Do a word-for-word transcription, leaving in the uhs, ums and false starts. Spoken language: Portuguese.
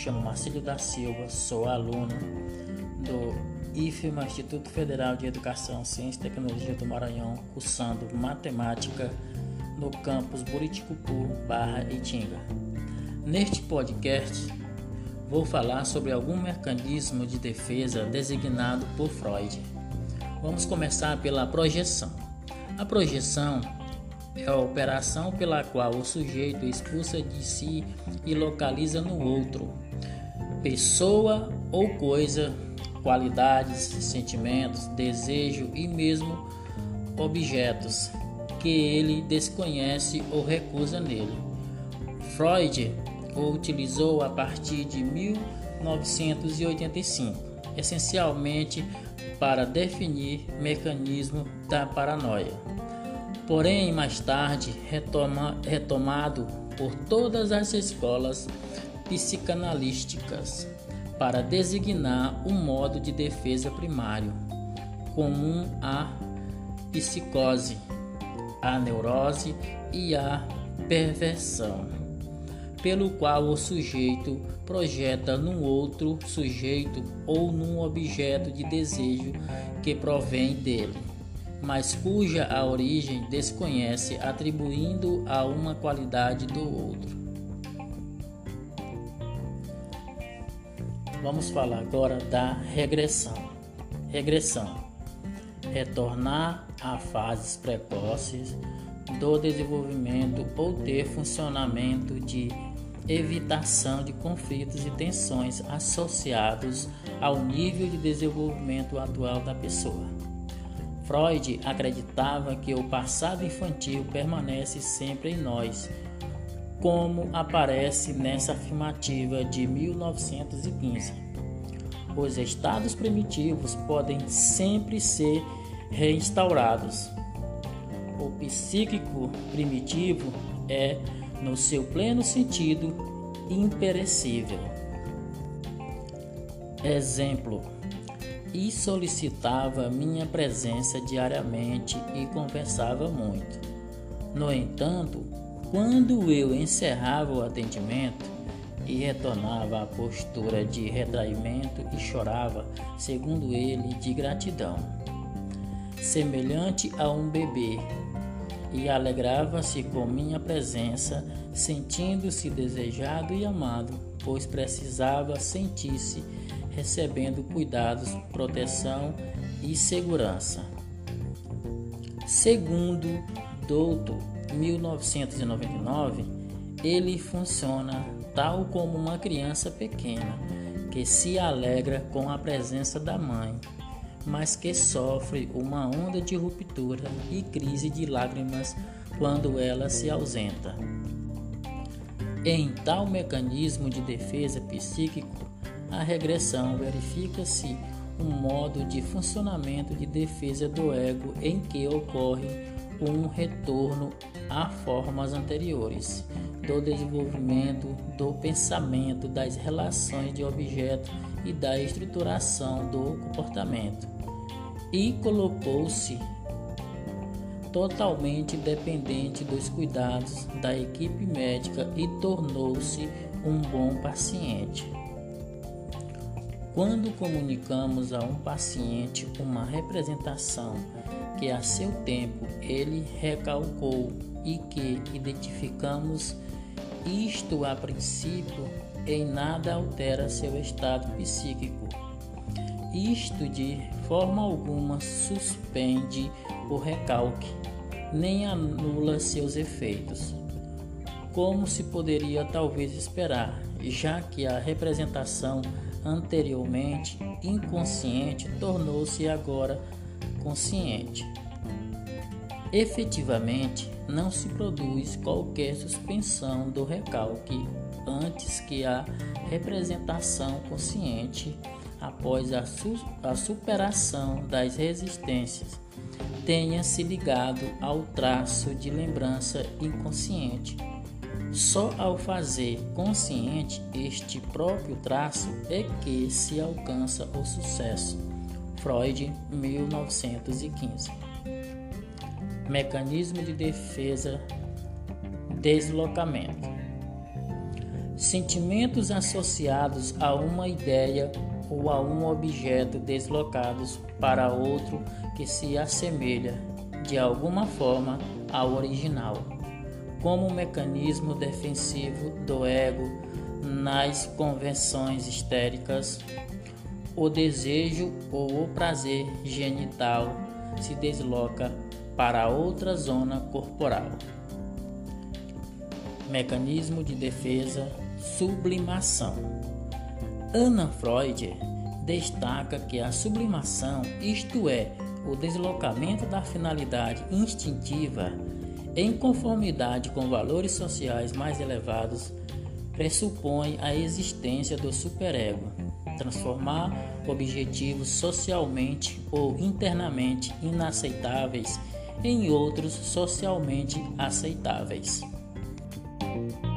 chamo Marcílio da Silva, sou aluno do I F M A, Instituto Federal de Educação, Ciência e Tecnologia do Maranhão, cursando Matemática no campus Buriticupu, Barra Itinga. Neste podcast, vou falar sobre algum mecanismo de defesa designado por Freud. Vamos começar pela projeção. A projeção é a operação pela qual o sujeito expulsa de si e localiza no outro pessoa ou coisa, qualidades, sentimentos, desejo e mesmo objetos que ele desconhece ou recusa nele. Freud o utilizou a partir de mil novecentos e oitenta e cinco, essencialmente para definir mecanismo da paranoia. Porém, mais tarde, retoma, retomado por todas as escolas psicanalísticas para designar um modo de defesa primário, comum à psicose, à neurose e à perversão, pelo qual o sujeito projeta num outro sujeito ou num objeto de desejo que provém dele, mas cuja a origem desconhece, atribuindo a uma qualidade do outro. Vamos falar agora da regressão. Regressão: retornar a fases precoces do desenvolvimento ou ter funcionamento de evitação de conflitos e tensões associados ao nível de desenvolvimento atual da pessoa. Freud acreditava que o passado infantil permanece sempre em nós, como aparece nessa afirmativa de mil novecentos e quinze. Os estados primitivos podem sempre ser reinstaurados. O psíquico primitivo é, no seu pleno sentido, imperecível. Exemplo: e solicitava minha presença diariamente e conversava muito. No entanto, quando eu encerrava o atendimento e retornava à postura de retraimento e chorava, segundo ele, de gratidão, semelhante a um bebê, e alegrava-se com minha presença, sentindo-se desejado e amado, pois precisava sentir-se recebendo cuidados, proteção e segurança. Segundo Doutor, mil novecentos e noventa e nove, ele funciona tal como uma criança pequena que se alegra com a presença da mãe, mas que sofre uma onda de ruptura e crise de lágrimas quando ela se ausenta. Em tal mecanismo de defesa psíquico, a regressão verifica-se um modo de funcionamento de defesa do ego em que ocorre um retorno a formas anteriores do desenvolvimento do pensamento, das relações de objeto e da estruturação do comportamento, e colocou-se totalmente dependente dos cuidados da equipe médica e tornou-se um bom paciente. Quando comunicamos a um paciente uma representação que a seu tempo ele recalcou e que identificamos, isto a princípio em nada altera seu estado psíquico. Isto de forma alguma suspende o recalque, nem anula seus efeitos, como se poderia talvez esperar, já que a representação anteriormente inconsciente tornou-se agora consciente. Efetivamente, não se produz qualquer suspensão do recalque antes que a representação consciente, após a, su- a superação das resistências, tenha se ligado ao traço de lembrança inconsciente. Só ao fazer consciente este próprio traço é que se alcança o sucesso. Freud, mil novecentos e quinze. Mecanismo de defesa: deslocamento. Sentimentos associados a uma ideia ou a um objeto deslocados para outro que se assemelha de alguma forma ao original, como um mecanismo defensivo do ego nas convenções histéricas. O desejo ou o prazer genital se desloca para outra zona corporal. Mecanismo de defesa, sublimação. Anna Freud destaca que a sublimação, isto é, o deslocamento da finalidade instintiva em conformidade com valores sociais mais elevados, pressupõe a existência do superego, transformar objetivos socialmente ou internamente inaceitáveis em outros socialmente aceitáveis.